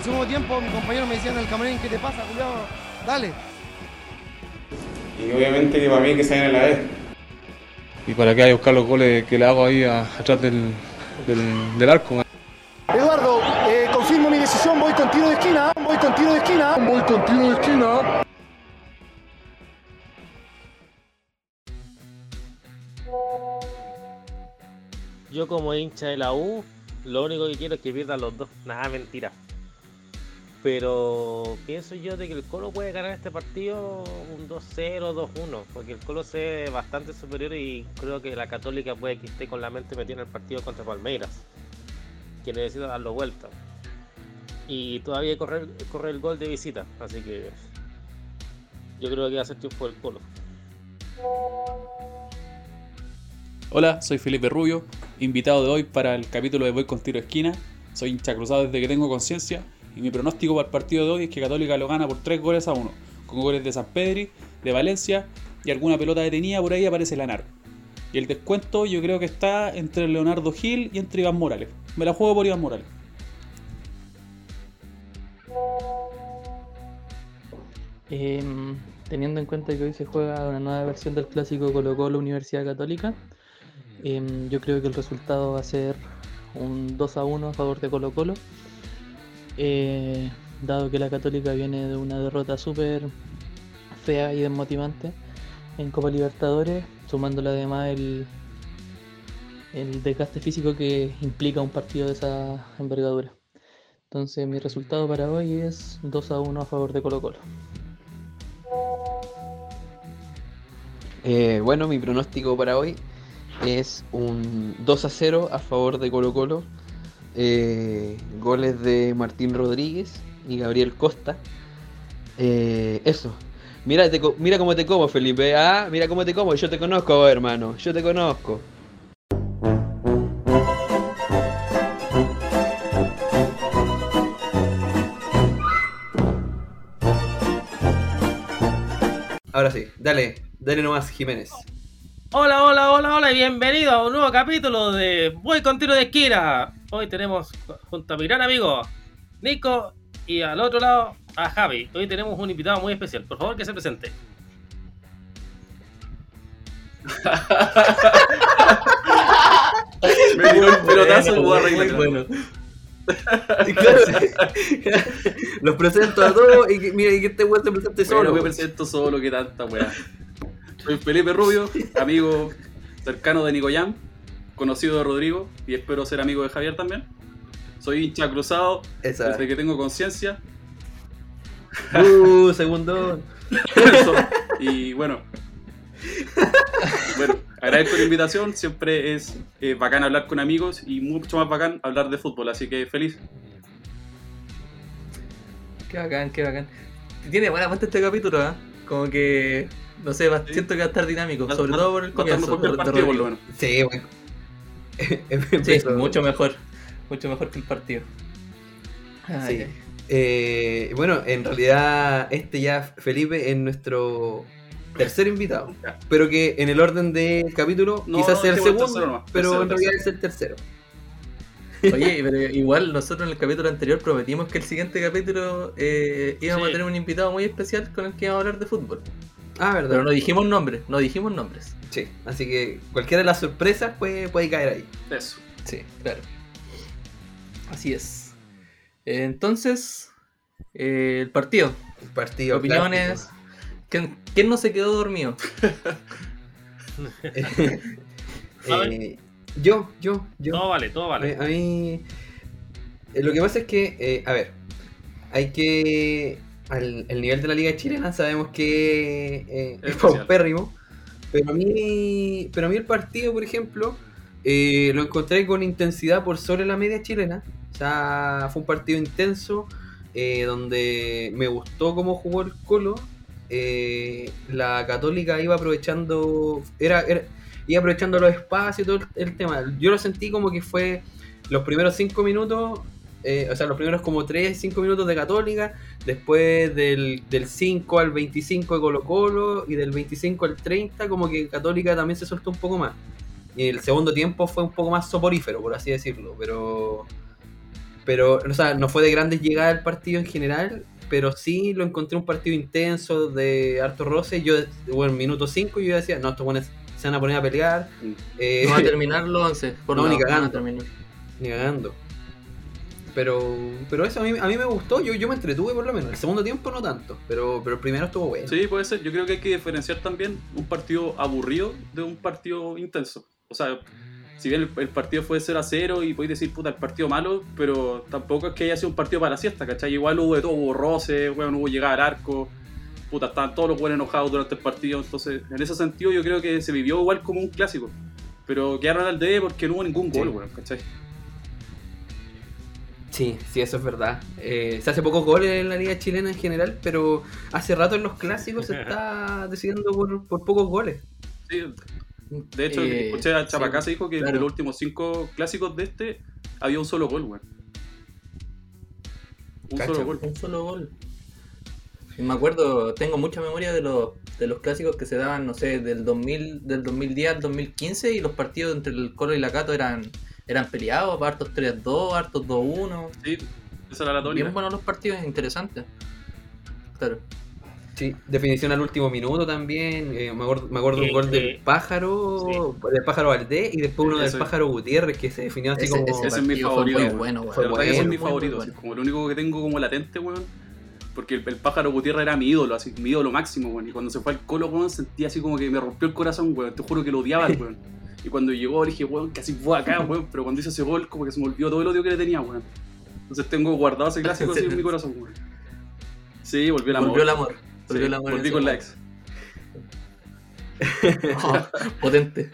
segundo tiempo mis compañeros me decían en el camarín, ¿qué te pasa, culiao? Dale. Y obviamente que para mí que se viene la vez. ¿Y para qué hay que buscar los goles que le hago ahí atrás del arco? Eduardo, confirmo mi decisión, voy con tiro de esquina. Yo como hincha de la U, lo único que quiero es que pierdan los dos. Nada, mentira. Pero pienso yo de que el Colo puede ganar este partido un 2-0, 2-1, porque el Colo se ve bastante superior y creo que la Católica puede que esté con la mente metida en el partido contra Palmeiras, que necesita darlo vuelta. Y todavía corre el gol de visita, así que yo creo que va a ser triunfo del Colo. Hola, soy Felipe Rubio, invitado de hoy para el capítulo de Voy con Tiro de Esquina. Soy hincha cruzado desde que tengo conciencia y mi pronóstico para el partido de hoy es que Católica lo gana por 3-1, con goles de Sampedri, de Valencia y alguna pelota detenida por ahí aparece Lanaro. Y el descuento yo creo que está entre Leonardo Gil y entre Iván Morales. Me la juego por Iván Morales. Teniendo en cuenta que hoy se juega una nueva versión del clásico Colo-Colo Universidad Católica, yo creo que el resultado va a ser un 2-1 a favor de Colo-Colo, dado que la Católica viene de una derrota súper fea y desmotivante en Copa Libertadores, sumándole además el desgaste físico que implica un partido de esa envergadura. Entonces mi resultado para hoy es 2-1 a favor de Colo-Colo. Bueno, mi pronóstico para hoy es un 2-0 a favor de Colo-Colo. Goles de Martín Rodríguez y Gabriel Costa. Eso. Mira cómo te como, Felipe. Mira cómo te como. Yo te conozco, hermano. Yo te conozco. Ahora sí, dale nomás, Jiménez. Hola y bienvenido a un nuevo capítulo de Voy con Tiro de Esquina. Hoy tenemos junto a mi gran amigo Nico y al otro lado a Javi. Hoy tenemos un invitado muy especial, por favor que se presente. Me dio el pelotazo y voy a arreglar. Bueno. Los presento a todos y que este weón se presente solo. Bueno, me presento solo, que tanta weá. Soy Felipe Rubio, amigo cercano de Nicoyam, conocido de Rodrigo y espero ser amigo de Javier también. Soy hincha cruzado desde que tengo conciencia. Segundo. Eso. Y bueno, agradezco la invitación. Siempre es bacán hablar con amigos y mucho más bacán hablar de fútbol, así que feliz. Qué bacán. Tiene buena puesta este capítulo, ¿eh? Como que, no sé, siento que va a estar dinámico, sobre todo por el comienzo. Por el partido, por lo menos. Sí, bueno. Sí, mucho mejor que el partido. Sí. Bueno, en realidad Felipe es nuestro tercer invitado, pero que en el orden del capítulo quizás sea el segundo, pero en realidad es el tercero. Oye, pero igual nosotros en el capítulo anterior prometimos que el siguiente capítulo íbamos a tener un invitado muy especial con el que íbamos a hablar de fútbol. Verdad. Pero no dijimos nombres. Sí, así que cualquiera de las sorpresas puede caer ahí. Eso. Sí, claro. Así es. Entonces, el partido. Opiniones. ¿Quién no se quedó dormido? Yo. Todo vale. A mí. Lo que pasa es que, hay que. El nivel de la liga chilena sabemos que es paupérrimo. Pero a mí el partido, por ejemplo, lo encontré con intensidad por sobre la media chilena. O sea, fue un partido intenso, donde me gustó cómo jugó el Colo. La Católica iba aprovechando los espacios y todo el tema. Yo lo sentí como que fue los primeros 5 minutos, los primeros como 3-5 minutos de Católica, después del 5 al 25 de Colo-Colo y del 25 al 30 como que Católica también se soltó un poco más. Y el segundo tiempo fue un poco más soporífero, por así decirlo, pero Pero, o sea, no fue de grandes llegadas el partido en general, pero sí lo encontré un partido intenso, de harto roce. Yo, bueno, en minuto 5 yo decía, no, estos buenos se van a poner a pelear. No va a terminar los 11, por no, lado, ni cagando. No terminar. Ni cagando. Pero eso a mí me gustó, yo me entretuve por lo menos. El segundo tiempo no tanto, pero el primero estuvo bueno. Sí, puede ser. Yo creo que hay que diferenciar también un partido aburrido de un partido intenso. O sea, si bien el partido fue 0-0 y podéis decir, puta, el partido malo, pero tampoco es que haya sido un partido para la siesta, ¿cachai? Igual hubo de todo, hubo roce, bueno, hubo llegada al arco, puta, estaban todos los buenos enojados durante el partido. Entonces, en ese sentido yo creo que se vivió igual como un clásico. Pero quedaron al debe porque no hubo ningún gol, weón, ¿cachai? Sí, eso es verdad. Se hace pocos goles en la liga chilena en general, pero hace rato en los clásicos se está decidiendo por pocos goles. Sí, de hecho, escuché a Chapacá se dijo que de los últimos 5 clásicos de este había un solo gol, weón. Un solo gol. Y me acuerdo, tengo mucha memoria de los clásicos que se daban, no sé, del 2010 al 2015, y los partidos entre el Colo y la Cato eran peleados, hartos 3-2, hartos 2-1. Sí, esa era la tónica. Bien buenos los partidos, interesantes. Claro. Sí, definición al último minuto también. Me acuerdo un gol del Pájaro, del Pájaro Valdés, y después uno del Pájaro Gutiérrez, que se definió así como... Ese es mi favorito. Fue bueno, la verdad que ese es mi favorito. Bueno. Como lo único que tengo como latente, weón. Porque el Pájaro Gutiérrez era mi ídolo, así, mi ídolo máximo, weón. Y cuando se fue al Colo, weón, sentía así como que me rompió el corazón, weón. Te juro que lo odiaba, weón. Y cuando llegó le dije, weón, casi fue acá, weón. Pero cuando hizo ese gol, como que se me olvidó todo el odio que le tenía, weón. Entonces tengo guardado ese clásico así en mi corazón, weón. Sí, volvió el amor. Volví con la ex. Potente.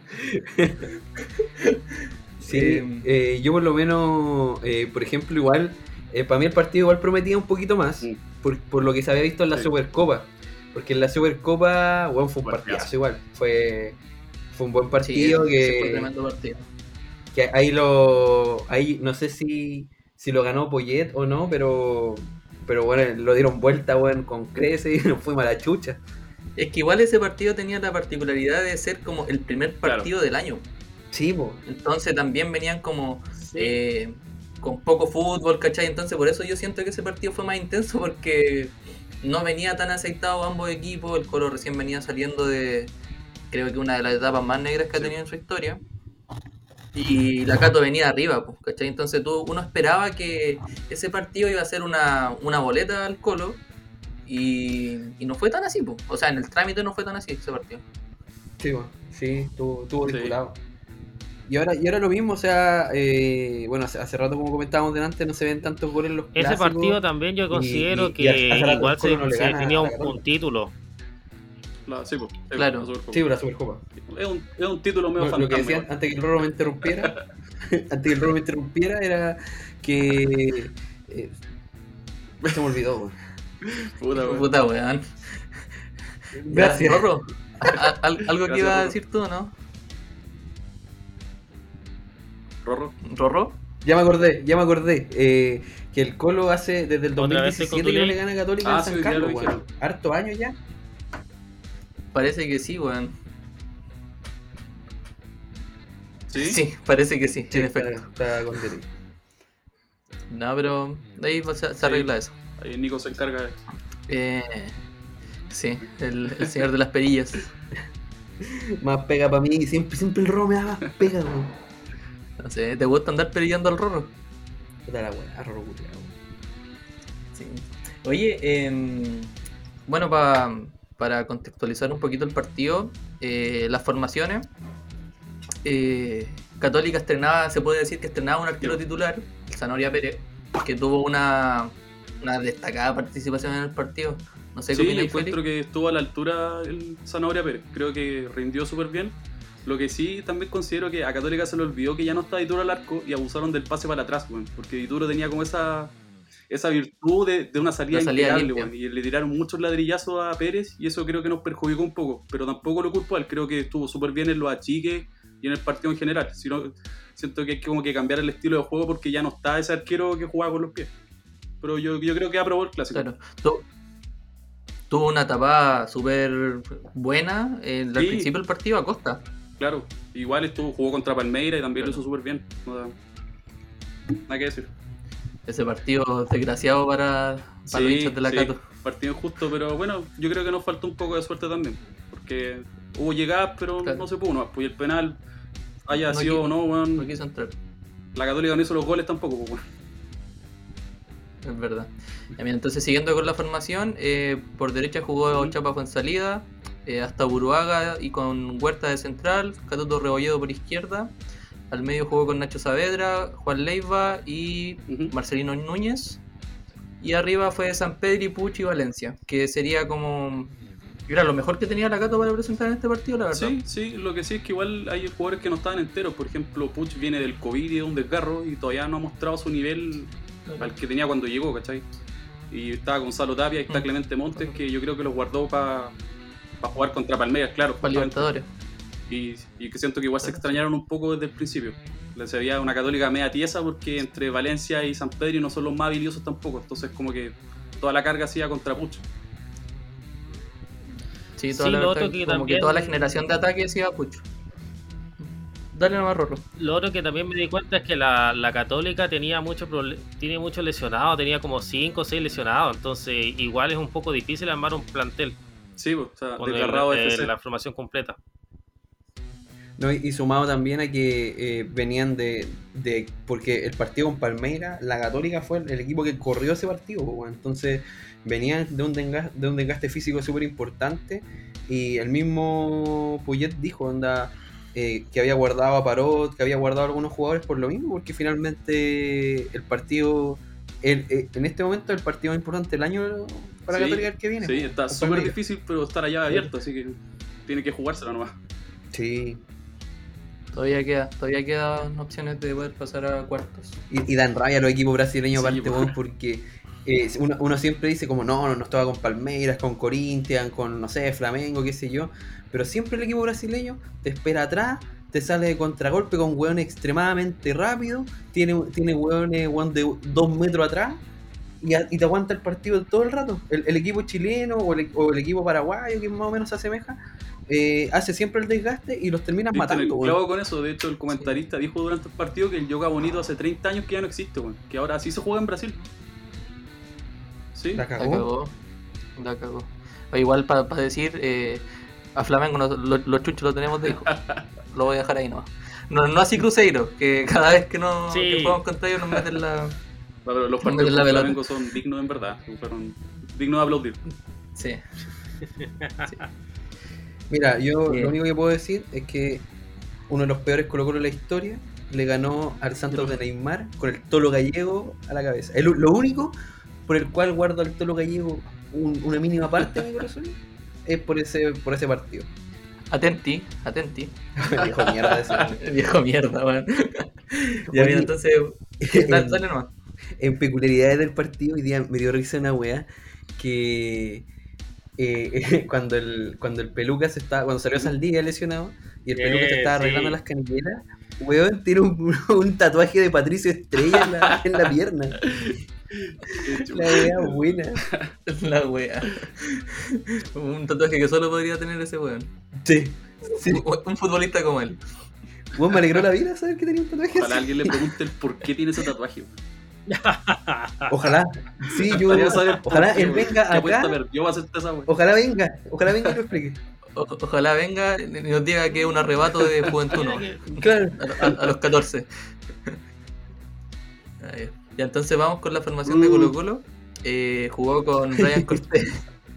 Sí, yo por lo menos, por ejemplo, igual, para mí el partido igual prometía un poquito más, por lo que se había visto en la Supercopa. Porque en la Supercopa, bueno, fue un partidazo igual. Fue un buen partido, sí, fue tremendo partido. Que ahí no sé si lo ganó Poyet o no, pero bueno, lo dieron vuelta, bueno, con creces y nos fuimos a la chucha. Es que igual ese partido tenía la particularidad de ser como el primer partido del año. Sí, po. Entonces también venían como con poco fútbol, ¿cachai? Entonces por eso yo siento que ese partido fue más intenso, porque no venía tan aceitado ambos equipos. El Colo recién venía saliendo de, creo que una de las etapas más negras que ha tenido en su historia. Y la Cato venía arriba, pues, ¿cachai? Entonces uno esperaba que ese partido iba a ser una boleta al Colo, y no fue tan así, pues. O sea, en el trámite no fue tan así ese partido. Sí, bueno, sí, estuvo vinculado. Y ahora lo mismo, o sea, bueno, hace rato, como comentábamos delante, no se ven tantos goles en los clásicos. Ese partido también yo considero que igual se definía un título. Sí, pues, claro. La Supercopa. Es un título medio fantasma. Lo que decían antes que el Rorro me interrumpiera, era que se me olvidó, weón. Puta weón. Gracias. Rorro, ¿algo que iba a decir tú, no? ¿Rorro? Ya me acordé. Que el Colo hace desde el 2017 que no le gana a Católica en San Carlos, weón. Harto años ya. Parece que sí, weón. ¿Sí? Sí, parece que sí, en efecto. Está con Derek. No, pero de ahí se arregla eso. Ahí Nico se encarga de... Sí, el señor de las perillas. Más pega para mí, siempre el Rorro me da más pega, weón. No sé, ¿te gusta andar perillando al Rorro? Puta la weá, Rorro culiao. Sí. Oye, bueno, para contextualizar un poquito el partido, las formaciones, Católica se puede decir que estrenaba un arquero titular, el Zanahoria Pérez, que tuvo una destacada participación en el partido. No sé qué opinas, yo encuentro que estuvo a la altura el Zanahoria Pérez, creo que rindió súper bien. Lo que sí también considero que a Católica se le olvidó que ya no está Dituro al arco y abusaron del pase para atrás, weón, porque Dituro tenía como esa virtud de una salida impecable, weón, y le tiraron muchos ladrillazos a Pérez y eso creo que nos perjudicó un poco, pero tampoco lo culpo a él, creo que estuvo súper bien en los achiques y en el partido en general. Siento que hay como que cambiar el estilo de juego porque ya no está ese arquero que jugaba con los pies, pero yo creo que aprobó el clásico. Claro. Tuvo una tapada súper buena al principio del partido a Costa. Claro, igual jugó contra Palmeiras y también lo hizo súper bien. Nada que decir. Ese partido desgraciado para los hinchas de la Cato. Partido injusto, pero bueno, yo creo que nos faltó un poco de suerte también. Porque hubo llegadas, pero no se pudo, ¿no? Pues el penal haya sido o no, weón. No quiso entrar. La Católica no hizo los goles tampoco, pues, weón. Es verdad. Entonces, siguiendo con la formación, por derecha jugó Chapa Fuensalida, hasta Buruaga y con Huerta de central, Catuto Rebolledo por izquierda. Al medio jugó con Nacho Saavedra, Juan Leiva y Marcelino Núñez. Y arriba fue San Pedro, Puch y Valencia, que sería como... Era lo mejor que tenía la Cato para presentar en este partido, la verdad. Sí, lo que sí es que igual hay jugadores que no estaban enteros. Por ejemplo, Puch viene del COVID y de un desgarro y todavía no ha mostrado su nivel al que tenía cuando llegó, ¿cachai? Y está Gonzalo Tapia y está Clemente Montes, que yo creo que los guardó para jugar contra Palmeiras, claro. Para Libertadores. Y que siento que igual se extrañaron un poco desde el principio. Se veía una Católica media tiesa porque entre Valencia y San Pedro no son los más habilidosos tampoco. Entonces como que toda la carga se iba contra Puch. Sí, que toda la generación de ataques se iba a Puch. Dale nomás, Rorro. Lo otro que también me di cuenta es que la Católica tiene muchos lesionados, tenía como 5 o 6 lesionados, entonces igual es un poco difícil armar un plantel. Sí, o sea, con la formación completa. No, y sumado también a que venían de porque el partido con Palmeiras, la Católica fue el equipo que corrió ese partido, pues, entonces venían de un desgaste físico súper importante y el mismo Puyet dijo que había guardado a Parot, que había guardado a algunos jugadores por lo mismo, porque finalmente el partido, en este momento el partido más importante del año para Católica el que viene. Sí, está súper difícil, pero está allá abierto, así que tiene que jugársela nomás. Sí. Todavía quedan opciones de poder pasar a cuartos. Y dan rabia a los equipos brasileños aparte, porque uno siempre dice como no estaba con Palmeiras, con Corinthians, con no sé, Flamengo, qué sé yo, pero siempre el equipo brasileño te espera atrás, te sale de contragolpe con hueones extremadamente rápidos, tiene hueones de 2 metros atrás y te aguanta el partido todo el rato. El equipo chileno o el equipo paraguayo, que más o menos se asemeja, hace siempre el desgaste y los terminas matando. Claro, con eso, de hecho el comentarista dijo durante el partido que el yoga bonito hace 30 años que ya no existe, que ahora sí se juega en Brasil. ¿Sí? La cagó. O igual para decir, a Flamengo los chuchos lo tenemos de hijo. Lo voy a dejar ahí nomás. No así Cruzeiro, que cada vez que jugamos contra ellos nos meten la... Pero los partidos de Flamengo son dignos en verdad, fueron dignos de aplaudir. Sí. Mira, yo lo único que puedo decir es que uno de los peores Colo-Colo de la historia le ganó al Santos de Neymar con el Tolo Gallego a la cabeza. Lo único por el cual guardo al Tolo Gallego una mínima parte de mi corazón es por ese partido. Atenti. Viejo mierda ese. Viejo mierda, weón. Ya mira, entonces dale nomás. En peculiaridades del partido hoy día me dio risa una weá que cuando el Pelucas cuando salió Saldivia lesionado y el Pelucas se estaba arreglando las canilleras, weón, tiene un tatuaje de Patricio Estrella en la pierna. La wea buena. La wea. Un tatuaje que solo podría tener ese weón. Sí. Un futbolista como él. Weón, me alegró la vida saber que tenía un tatuaje. Ojalá alguien le pregunte el por qué tiene ese tatuaje. Ojalá. Sí, ojalá él venga acá. Ojalá venga y lo explique. Ojalá venga y nos diga que es un arrebato de juventud, ¿no? Claro. A los 14. Ya, entonces vamos con la formación de Colo-Colo. Jugó con Ryan Cortés.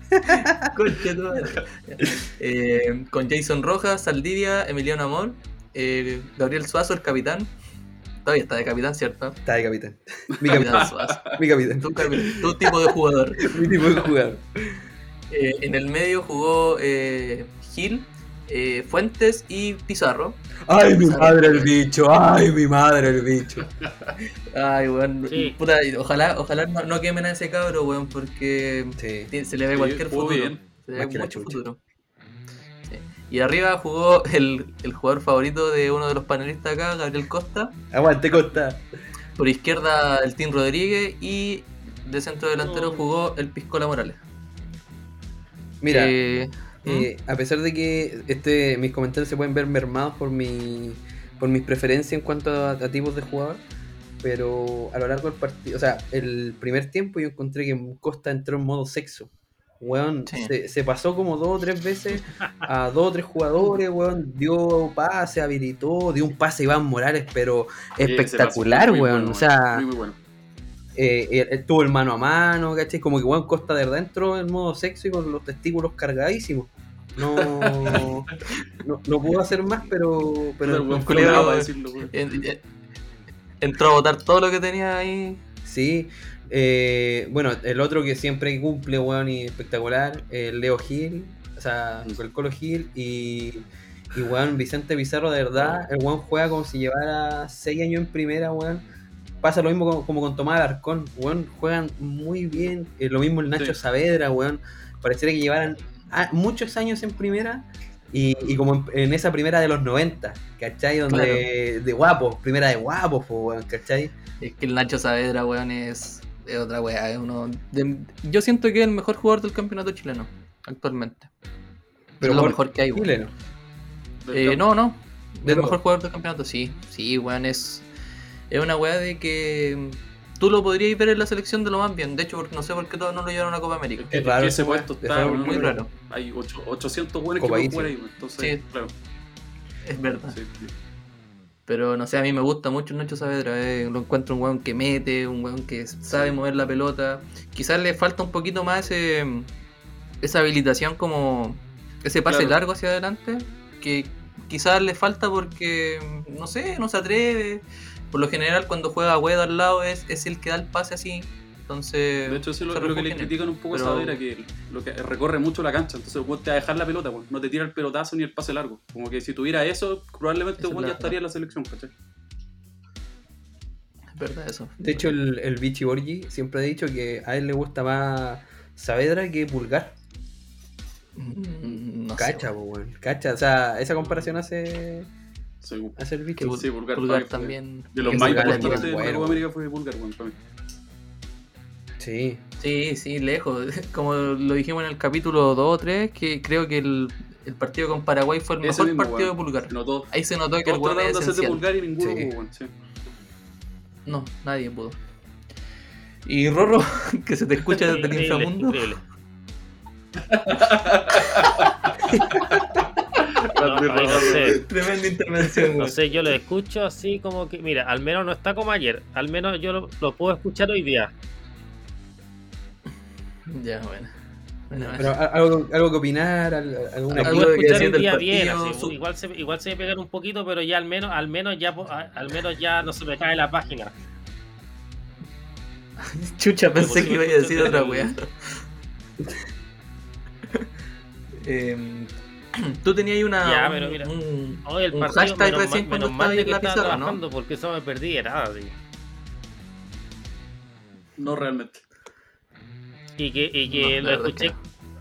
Con Jason Rojas, Saldivia, Emiliano Amor, Gabriel Suazo, el capitán. Todavía está de capitán, ¿cierto? Está de capitán. Mi capitán Suazo. Mi capitán. Tu tipo de jugador. Mi tipo de jugador. En el medio jugó Gil, Fuentes y Pizarro. ¡Ay, mi madre el bicho! ¡Ay, mi madre el bicho! Ay, weón. Sí. Puta, ojalá no quemen a ese cabro, weón, porque se le ve cualquier futuro. Bien. Se le ve mucho futuro. Sí. Y arriba jugó el jugador favorito de uno de los panelistas acá, Gabriel Costa. ¡Aguante, Costa! Por izquierda, el Tim Rodríguez. Y de centro delantero jugó el Piscola Morales. Mira, a pesar de que mis comentarios se pueden ver mermados por mis preferencias en cuanto a tipos de jugador, pero a lo largo del partido, o sea, el primer tiempo yo encontré que Costa entró en modo sexo. Weón, se pasó como 2 o 3 veces a 2 o 3 jugadores, weón, dio pase, habilitó, dio un pase a Iván Morales, pero espectacular, weón. Bueno, o sea, muy bueno. Tuvo el mano a mano, ¿cachai? Como que weón, Costa de verdad entró en modo sexo y con los testículos cargadísimos. No pudo hacer más, pero decirlo, entró a botar todo lo que tenía ahí. Sí. Bueno, el otro que siempre cumple, weón, y espectacular, Leo Gil, o sea, el Colo Gil y weón, Vicente Pizarro, de verdad, el weón juega como si llevara 6 años en primera, weón. Pasa lo mismo como con Tomás Alarcón, weón, juegan muy bien, lo mismo el Nacho Saavedra, weón, pareciera que llevaran muchos años en primera y como en esa primera de los 90, ¿cachai? Donde de guapos, primera de guapos, weón, ¿cachai? Es que el Nacho Saavedra, weón, es otra weá, es uno yo siento que es el mejor jugador del campeonato chileno actualmente. Pero es lo mejor que hay, weón. No, el mejor jugador del campeonato, sí, weón, es una weá de que tú lo podrías ver en la selección de lo más bien. De hecho, no sé por qué todavía no lo llevaron a Copa América. Es raro, ese puesto está muy raro. Hay 800 buenos que pueden jugar ahí, entonces, sí, claro. Es verdad. Sí. Pero no sé, a mí me gusta mucho Nacho Saavedra, lo encuentro un weón que mete, un weón que sabe mover la pelota. Quizás le falta un poquito más esa habilitación, como ese pase largo hacia adelante, que quizás le falta porque, no sé, no se atreve. Por lo general cuando juega Guedo al lado es el que da el pase así. Entonces, de hecho, eso es lo que le critican un poco a Saavedra, que lo que recorre mucho la cancha, entonces vos te va a dejar la pelota, pues, no te tira el pelotazo ni el pase largo. Como que si tuviera eso, probablemente vos ya estaría en la selección, ¿cachai? Es verdad eso. De hecho, el Vichy Borgi siempre ha dicho que a él le gusta más Saavedra que Pulgar. No cacha, sé, weón. Cacha, o sea, esa comparación hace el Vichy. Sí, Pulgar también. De los más importantes de la Copa América fue Pulgar, weón, para mí. Sí, lejos. Como lo dijimos en el capítulo 2 o 3, que creo que el partido con Paraguay fue el mejor partido de Pulgar. Ahí se notó que el weón es esencial. De Pulgar y ninguno pudo, weón, sí. No, nadie pudo. Y Rorro, que se te escucha desde el inframundo. Increíble. No sé. Tremenda intervención, no sé, yo lo escucho así como que, mira, al menos no está como ayer, al menos yo lo puedo escuchar hoy día. Ya, bueno. Pero algo que opinar, alguna algo que escuchar hoy día bien, así, igual se me pegan un poquito, pero ya al menos ya no se me cae la página. Chucha, pensé que iba a decir otra wea. Tú tenías ahí un hashtag recién cuando estabas en la pizarra, ¿no? Porque eso me perdí, era así. No realmente. Y que lo escuché.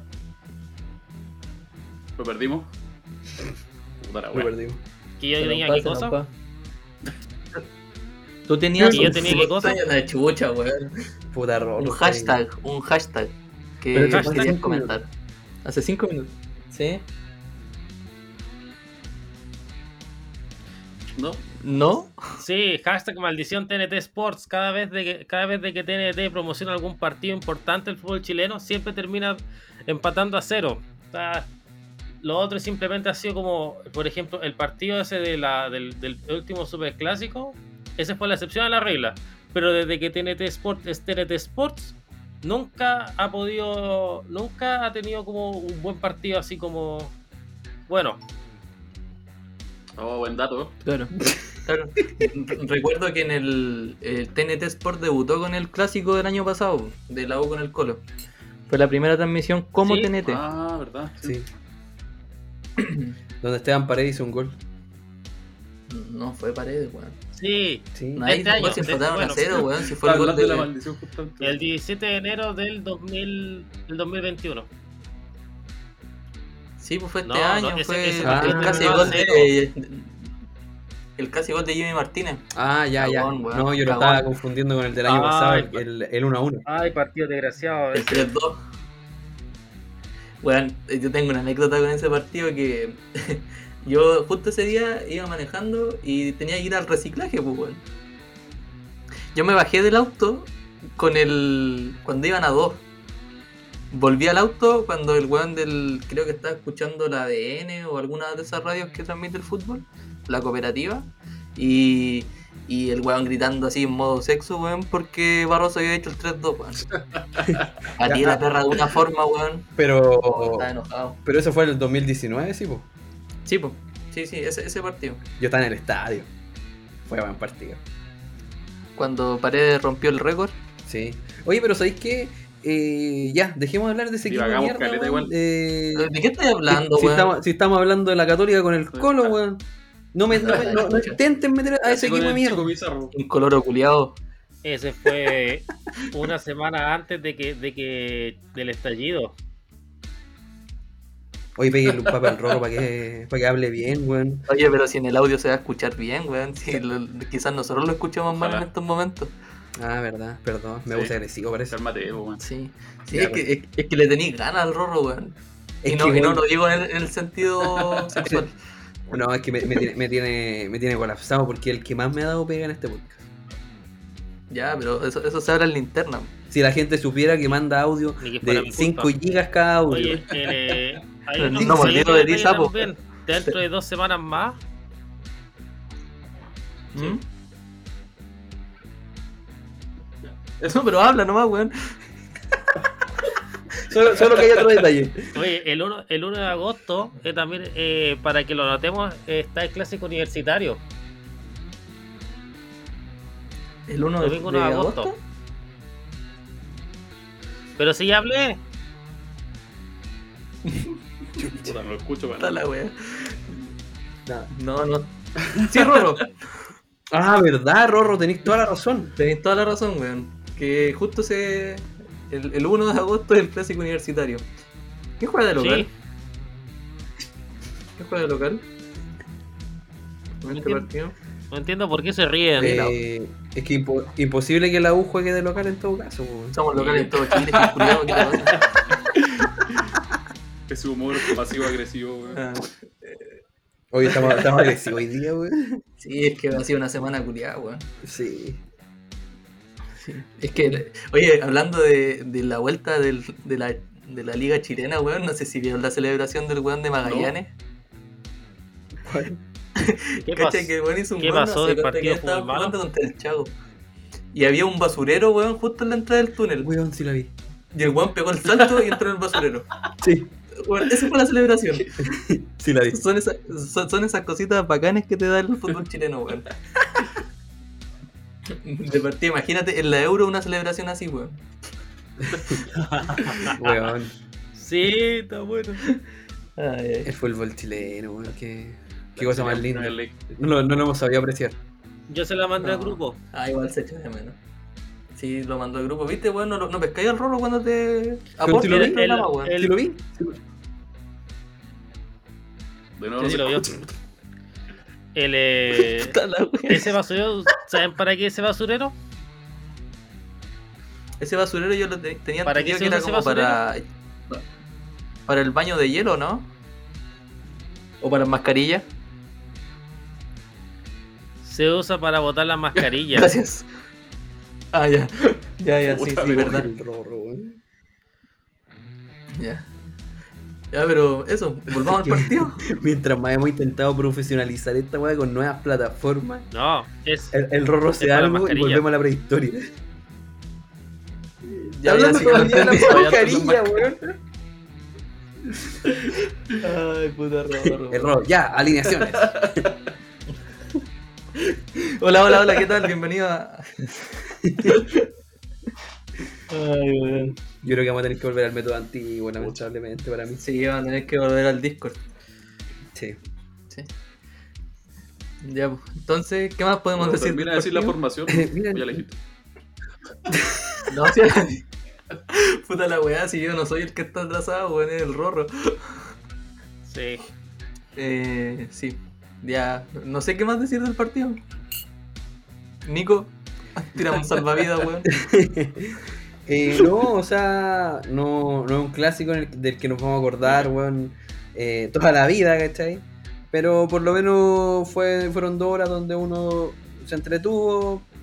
¿Lo perdimos? Lo perdimos. ¿Que yo tenía qué cosa? ¿Tú tenías yo tenía qué cosa? La chucha, weón. Puta Rorro. Un hashtag que querías comentar. Hace 5 minutos. ¿Sí? ¿No? Sí, hashtag maldición TNT Sports. Cada vez de que TNT promociona algún partido importante del fútbol chileno, siempre termina empatando a 0. O sea, lo otro simplemente ha sido como, por ejemplo, el partido ese del último superclásico. Esa fue la excepción a la regla. Pero desde que TNT Sports es TNT Sports, nunca ha tenido como un buen partido así como bueno. Oh, buen dato. Claro. Recuerdo que en el TNT Sport debutó con el clásico del año pasado, de la U con el Colo. Fue la primera transmisión como ¿Sí? TNT. Ah, ¿verdad? Sí. Donde Esteban Paredes hizo un gol. No fue Paredes, weón. Sí. Nadie se empataron a 0, weón. Si fue el gol de la maldición justamente. El 17 de enero del 2021. Sí, pues fue este año, fue el casi gol de Jimmy Martínez. Ah, ya. No, yo lo estaba confundiendo con el del año pasado, el 1-1. Ay, partido desgraciado. El 3-2. Bueno, yo tengo una anécdota con ese partido que yo justo ese día iba manejando y tenía que ir al reciclaje, pues, weón. Yo me bajé del auto cuando iban a 2. Volví al auto cuando el weón creo que estaba escuchando la ADN o alguna de esas radios que transmite el fútbol, la cooperativa, y el weón gritando así en modo sexo, weón, porque Barroso había hecho el 3-2, weón. A ti la perra de una forma, weón. Pero estaba enojado. Pero eso fue en el 2019, ¿sí, po? Sí, po. Sí, ese partido. Yo estaba en el estadio. Fue buen partido. Cuando Paredes rompió el récord. Sí. Oye, pero ¿sabéis qué? Ya, dejemos de hablar de ese equipo de mierda, weón. ¿De qué estás hablando, weón? Si estamos hablando de la Católica con el Colo, weón. No intenten meter a ese equipo de mierda. Un color culiado. Ese fue una semana antes del estallido. Oye, peguenle un papel rojo para que hable bien, weón. Oye, pero si en el audio se va a escuchar bien, weón. Si quizás nosotros lo escuchamos mal en estos momentos. Ah, verdad, perdón. Me gusta agresivo, parece. Cálmate, weón. Sí, es que le tenéis ganas al Rorro, weón. Y no lo digo en el sentido sexual. No, es que me tiene colapsado porque es el que más me ha dado pega en este podcast. Ya, pero eso se habla en la interna. Si la gente supiera que manda audio de 5 gigas cada audio. Oye, no me olvido de ti, sapo. Dentro de 2 semanas más. ¿Mm? Eso, pero habla nomás, weón. Solo que hay otro detalle. Oye, el 1 de agosto, también, para que lo notemos, está el clásico universitario. ¿El 1 de agosto? Pero si ya hablé. Puta, no lo escucho, weón. Está la wea. No. Sí, Rorro. Ah, verdad, Rorro, tenéis toda la razón. Tenéis toda la razón, weón. Que justo el 1 de agosto es el clásico universitario. ¿Qué juega de local? Sí. ¿Qué juega de local? No entiendo por qué se ríen. Es que imposible que la U juegue de local en todo caso. Weón. Somos locales en todo Chile, ¿qué te pasa? Ese humor pasivo-agresivo, weón. Hoy estamos agresivos hoy día, weón. Sí, es que ha sido una semana culiada, weón. Sí. Es que, oye, hablando de la vuelta de la liga chilena, weón, no sé si vieron la celebración del weón de Magallanes. ¿No? ¿Cuál? ¿Qué pasó del partido estaba jugando contra el Chavo? Y había un basurero, weón, justo en la entrada del túnel. Weón, sí la vi. Y el weón pegó el salto y entró en el basurero. Sí. Bueno, esa fue la celebración. Sí la vi. Son esas cositas bacanes que te da el fútbol chileno, weón. De partida, imagínate en la Euro una celebración así, weón. Weón. Sí, está bueno. El fútbol chileno, weón. Qué cosa más linda. No lo hemos sabido apreciar. Yo se la mandé al grupo. Igual se echó de menos. Sí, lo mandó al grupo. ¿Viste, weón? No pescáis al Rorro cuando te aporta el programa, weón. ¿Sí lo vi? De nuevo, sí, lo vio. Ese basurero, ¿saben para qué ese basurero? Ese basurero yo lo tenía ¿Para qué entendido que era como para el baño de hielo, ¿no? ¿O para las mascarillas? Se usa para botar las mascarillas. Gracias. Ya, sí, verdad. Ya, pero eso, volvamos al partido. Mientras más hemos intentado profesionalizar esta weá con nuevas plataformas. No, es. El Rorro se algo y volvemos a la prehistoria. Ya, hablando sí, todavía de la mascarilla, weón. Ay, puta Rorro. El Rorro, ya, alineaciones. Hola, ¿qué tal? Bienvenido a. Ay, weón. Yo creo que vamos a tener que volver al método antiguo, lamentablemente para mí. Sí, vamos a tener que volver al Discord. Sí. Ya, pues. Entonces, ¿qué más podemos decir? Termina de decir la formación. Ya la dijiste. No, sí. Puta la weá, si yo no soy el que está atrasado, weón, es el Rorro. Sí. Sí. Ya, no sé qué más decir del partido. Nico, tiramos un salvavidas, weón. No, o sea, no es un clásico del que nos vamos a acordar, weón, toda la vida, ¿cachai? Pero por lo menos fueron 2 horas donde uno se entretuvo,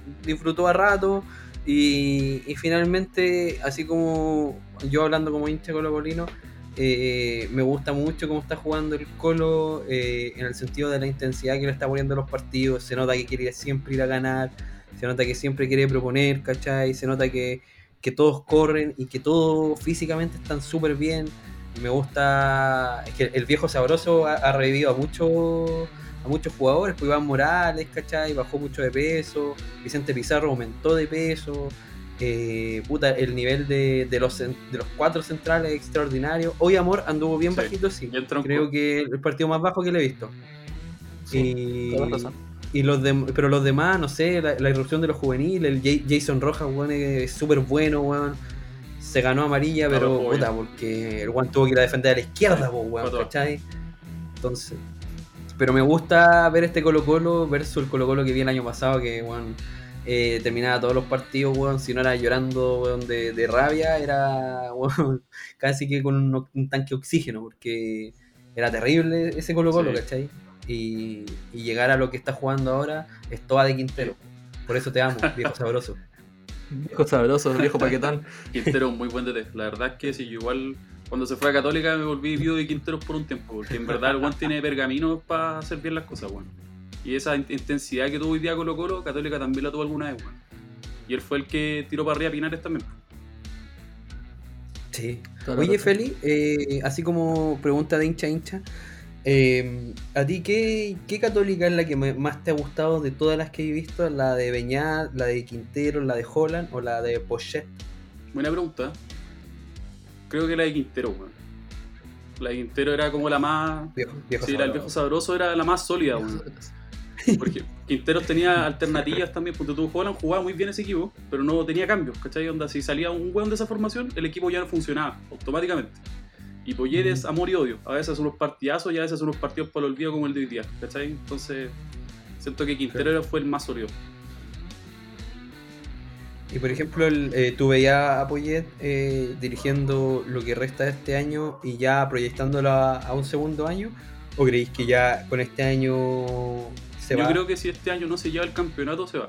disfrutó a rato y finalmente, así como yo hablando como hincha colocolino, me gusta mucho cómo está jugando el Colo, en el sentido de la intensidad que le está poniendo a los partidos. Se nota que quiere siempre ir a ganar, se nota que siempre quiere proponer, ¿cachai? Se nota que todos corren y que todos físicamente están súper bien. Me gusta, es que el viejo sabroso ha revivido a muchos jugadores, pues Iván Morales, ¿cachai? Bajó mucho de peso, Vicente Pizarro aumentó de peso, el nivel de los 4 centrales es extraordinario. Hoy Amor anduvo bien bajito, sí. Creo que el partido más bajo que le he visto. Sí, pero los demás, no sé, la irrupción de los juveniles, el Jason Rojas, weón, es súper bueno, weón. Se ganó amarilla, pero puta, porque el weón tuvo que ir a defender a la izquierda, weón, ¿cachai? Entonces, pero me gusta ver este Colo-Colo versus el Colo-Colo que vi el año pasado, que weón, terminaba todos los partidos, weón, si no era llorando, weón, de rabia, era, weón, casi que con un tanque de oxígeno, porque era terrible ese Colo-Colo, sí. ¿Cachai? Y llegar a lo que está jugando ahora es toda de Quintero. Por eso te amo, viejo sabroso. Viejo sabroso, viejo paquetón. Quintero, muy buen DT. La verdad es que sí, yo igual cuando se fue a Católica me volví viudo de Quinteros por un tiempo, porque en verdad el Juan tiene pergaminos para hacer bien las cosas, Juan. Y esa intensidad que tuvo hoy día Colo-Colo, Católica también la tuvo alguna vez, Juan. Y él fue el que tiró para arriba a Pinares también. Sí. Oye, Feli, así como pregunta de hincha, ¿a ti qué Católica es la que más te ha gustado de todas las que he visto? ¿La de Beñat, la de Quintero, la de Holland o la de Pochet? Buena pregunta. Creo que la de Quintero, weón. La de Quintero era como la más... Viejo sí, el viejo sabroso era la más sólida, weón. Porque Quinteros tenía alternativas también, porque tú Holland jugaba muy bien ese equipo, pero no tenía cambios, ¿cachai? Onda, si salía un weón de esa formación, el equipo ya no funcionaba automáticamente. Y Poyet es amor y odio. A veces son unos partidazos y a veces son unos partidos para el olvido como el de hoy día, ¿cachai? Entonces, siento que Quintero fue el más sólido. Y por ejemplo, tú veías a Poyet dirigiendo lo que resta de este año y ya proyectándolo a un segundo año, ¿o creéis que ya con este año se va? Yo creo que si este año no se lleva el campeonato, se va.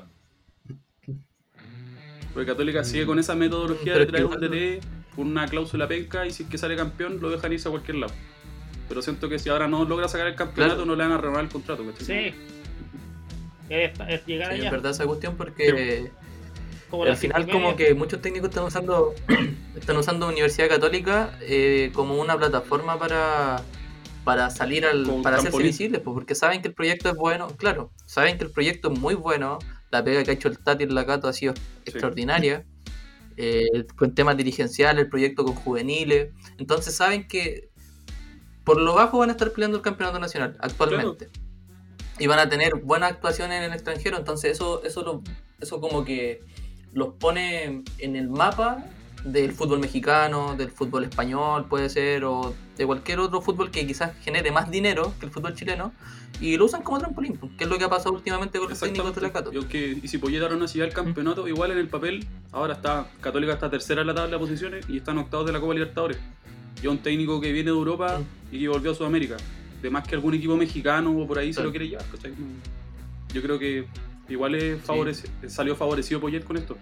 Porque Católica sigue con esa metodología de traer un DT con una cláusula penca y si es que sale campeón lo dejan irse a cualquier lado. Pero siento que si ahora no logra sacar el campeonato, no le van a renovar el contrato, ¿cachai? Sí. Es llegar allá. Es verdad esa cuestión porque al final como que muchos técnicos están usando Universidad Católica como una plataforma para salir para hacerse visibles, porque saben que el proyecto es bueno, claro, saben que el proyecto es muy bueno, la pega que ha hecho el Tati en la Cato ha sido extraordinaria, con temas dirigenciales, el proyecto con juveniles, entonces saben que por lo bajo van a estar peleando el campeonato nacional actualmente, claro. Y van a tener buenas actuaciones en el extranjero, entonces eso como que los pone en el mapa del fútbol mexicano, del fútbol español puede ser, o de cualquier otro fútbol que quizás genere más dinero que el fútbol chileno, y lo usan como trampolín, que es lo que ha pasado últimamente con los técnicos de la Cato. Y si Poyet ahora no sigue el campeonato, igual en el papel, ahora Católica está tercera en la tabla de posiciones y están octavos de la Copa Libertadores. Y es un técnico que viene de Europa y que volvió a Sudamérica. De más que algún equipo mexicano o por ahí se lo quiere llevar, ¿cachai? Yo creo que igual salió favorecido Poyet con esto.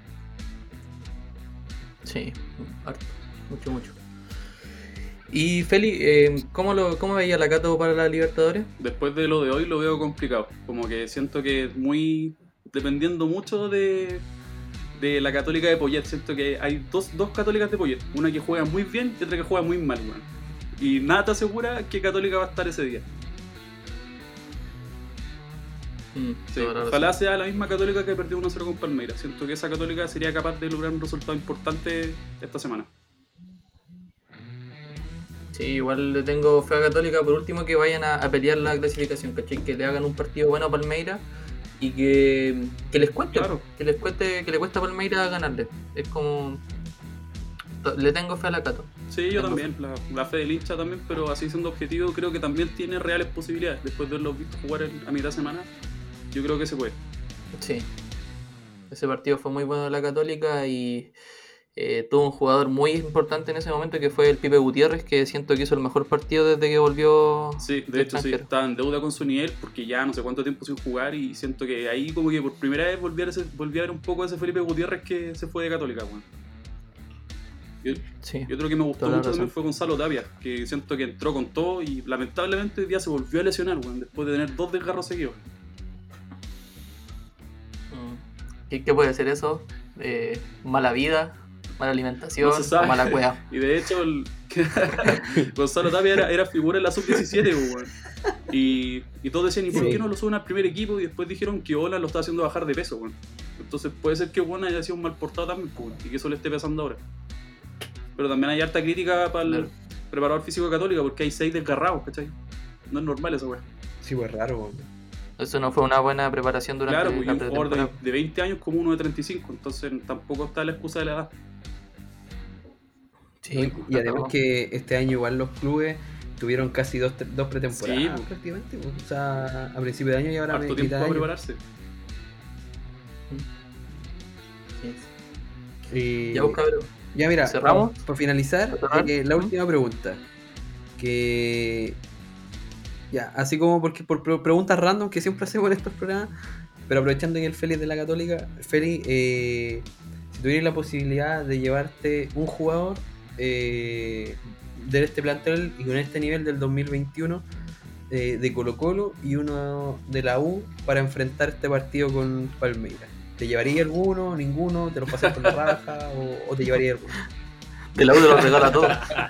Sí, harto, mucho. Y Feli, ¿cómo veía la Cato para la Libertadores? Después de lo de hoy lo veo complicado. Como que siento que es muy... dependiendo mucho de la Católica de Poyet. Siento que hay dos Católicas de Poyet. Una que juega muy bien y otra que juega muy mal, man. Y nada te asegura que Católica va a estar ese día. Sí, ojalá sea la misma Católica que perdió 1-0 con Palmeiras. Siento que esa Católica sería capaz de lograr un resultado importante esta semana. Sí, igual le tengo fe a Católica. Por último, que vayan a pelear la clasificación, ¿cachai? Que le hagan un partido bueno a Palmeiras y que les cueste, claro. Que le cueste a Palmeiras ganarle. Es como... le tengo fe a la Cato. Sí, yo también, la fe del hincha también, pero así siendo objetivo creo que también tiene reales posibilidades. Después de haberlos visto jugar a mitad de semana, yo creo que se puede. Sí, ese partido fue muy bueno de la Católica y tuvo un jugador muy importante en ese momento que fue el Pipe Gutiérrez, que siento que hizo el mejor partido desde que volvió. Sí, de hecho sí, estaba en deuda con su nivel porque ya no sé cuánto tiempo sin jugar y siento que ahí como que por primera vez volví a ver un poco ese Felipe Gutiérrez que se fue de Católica, weón. Y otro que me gustó mucho también fue Gonzalo Tapia, que siento que entró con todo y lamentablemente hoy día se volvió a lesionar, weón, después de tener 2 desgarros seguidos. ¿Qué puede ser eso? Mala vida, mala alimentación, no mala cueva. Y de hecho Gonzalo Tapia era figura en la sub-17, weón. Y todos decían, ¿y por qué no lo suben al primer equipo? Y después dijeron que Ola lo está haciendo bajar de peso, weón. Entonces puede ser que Juan haya sido un mal portado también, weón, y que eso le esté pesando ahora. Pero también hay harta crítica para el preparador físico Católica porque hay 6 desgarrados, ¿cachai? No es normal eso, weón. Sí, pues raro, weón. Eso no fue una buena preparación durante la pretemporada. Claro, porque un jugador de 20 años como uno de 35, entonces tampoco está la excusa de la edad. Sí, y además que este año igual los clubes tuvieron casi dos pretemporadas, sí, prácticamente. O sea, a principio de año y ahora harto tiempo para prepararse. Sí. Ya, cabrón. Ya mira, ¿cerramos? Para finalizar, la última pregunta. Que ya, así como por preguntas random que siempre hacemos en estos programas, pero aprovechando que el Félix de la Católica, Félix, si tuvieras la posibilidad de llevarte un jugador de este plantel y con este nivel del 2021 de Colo Colo y uno de la U para enfrentar este partido con Palmeiras, ¿te llevaría alguno, ninguno, te los pasas por la raja o te llevaría alguno? De la U te los regala todo.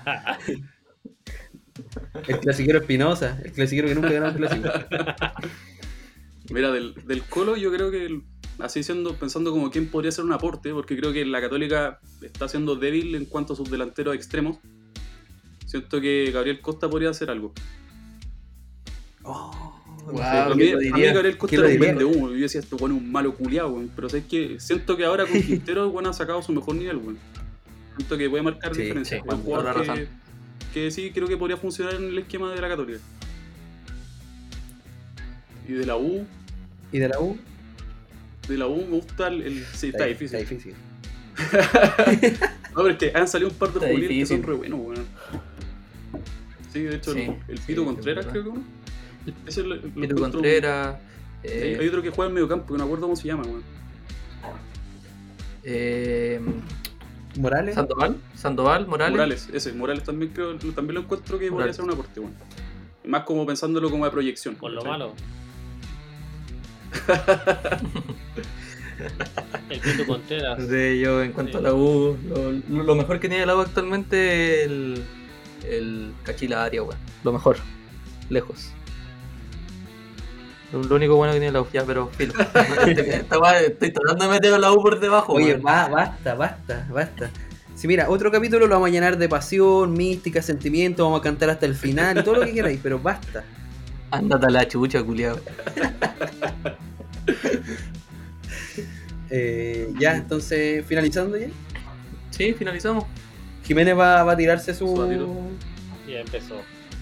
El clasiquero Espinosa, el clasiquero que nunca ganó el clásico. Mira, del Colo yo creo que así pensando como quién podría ser un aporte, porque creo que la Católica está siendo débil en cuanto a sus delanteros extremos. Siento que Gabriel Costa podría hacer algo. A mí Gabriel Costa era un vende humo. Yo decía, esto bueno, es un malo culiado, güey. Pero ¿sabes qué? Siento que ahora con Quintero bueno, ha sacado su mejor nivel, güey. Siento que puede marcar diferencia. Es un jugador que sí creo que podría funcionar en el esquema de la Católica. ¿Y de la U? ¿Y de la U? De la U me gusta sí, está difícil. Está difícil. No, pero es que han salido un par de juveniles que son re buenos, weón. Sí, de hecho, el Pito Contreras, creo que uno. Ese es el Pito Contreras. Hay otro que juega en medio campo, que no me acuerdo cómo se llama, weón. ¿Morales? Sandoval, Morales. Morales también creo, también lo encuentro que podría ser un aporte, weón. Más como pensándolo como de proyección. Por lo malo. El Pito Contreras. Sí, yo en cuanto a la U, lo mejor que tiene la U actualmente es el Cachila Aria, weón. Lo mejor. Lejos. Lo único bueno que tiene la U, ya, pero filo. Estoy tratando de meter a la U por debajo. Oye, basta. Sí, mira, otro capítulo lo vamos a llenar de pasión, mística, sentimiento, vamos a cantar hasta el final y todo lo que queráis, pero basta. Ándate a la chucha, culiao. Ya, entonces, ¿finalizando ya? Sí, finalizamos. Jiménez va a tirarse su... Ya empezó.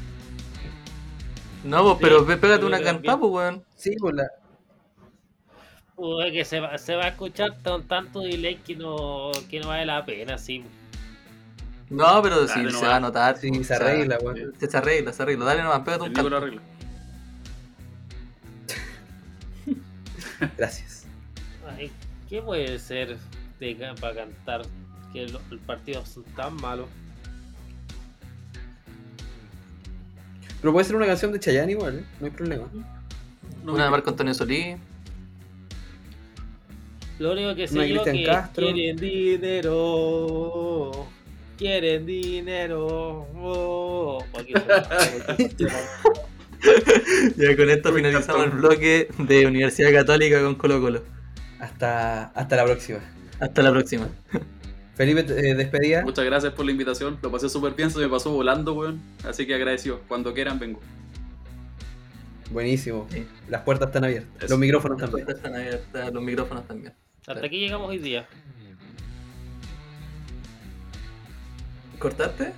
No, pues, pero pégate una cantada, pues, weón. Sí, pues la... Uy, que se va a escuchar con tanto delay que no vale la pena, sí. No, pero sí, se va a notar. Sí, se arregla, weón. Se arregla. Dale nomás, pégate un canto. Gracias. Ay, ¿qué puede ser para cantar que los partidos son tan malos? Pero puede ser una canción de Chayanne igual, ¿eh? No hay problema. Una de Marco Antonio Solís. Lo único que sé yo que Castro. Quieren dinero. Ya con esto finalizamos el bloque de Universidad Católica con Colo Colo. Hasta la próxima. Hasta la próxima. Felipe, despedida. Muchas gracias por la invitación, lo pasé súper bien, se me pasó volando, weón. Así que agradecido, cuando quieran vengo. Buenísimo, sí. Las puertas están abiertas, eso. Los micrófonos también. Las puertas están abiertas, los micrófonos también. Hasta aquí llegamos hoy día. ¿Cortaste?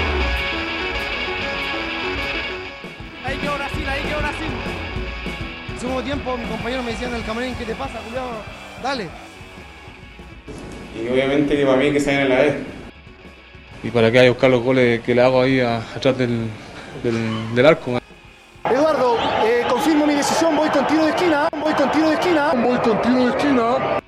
Ahí quedó Brasil. El segundo tiempo mi compañero me decía en el camarín, ¿qué te pasa, Julián? Dale. Y obviamente que para mí que se viene la vez. ¿Y para qué hay que buscar los goles que le hago ahí atrás del arco? Eduardo, confirmo mi decisión, voy con tiro de esquina.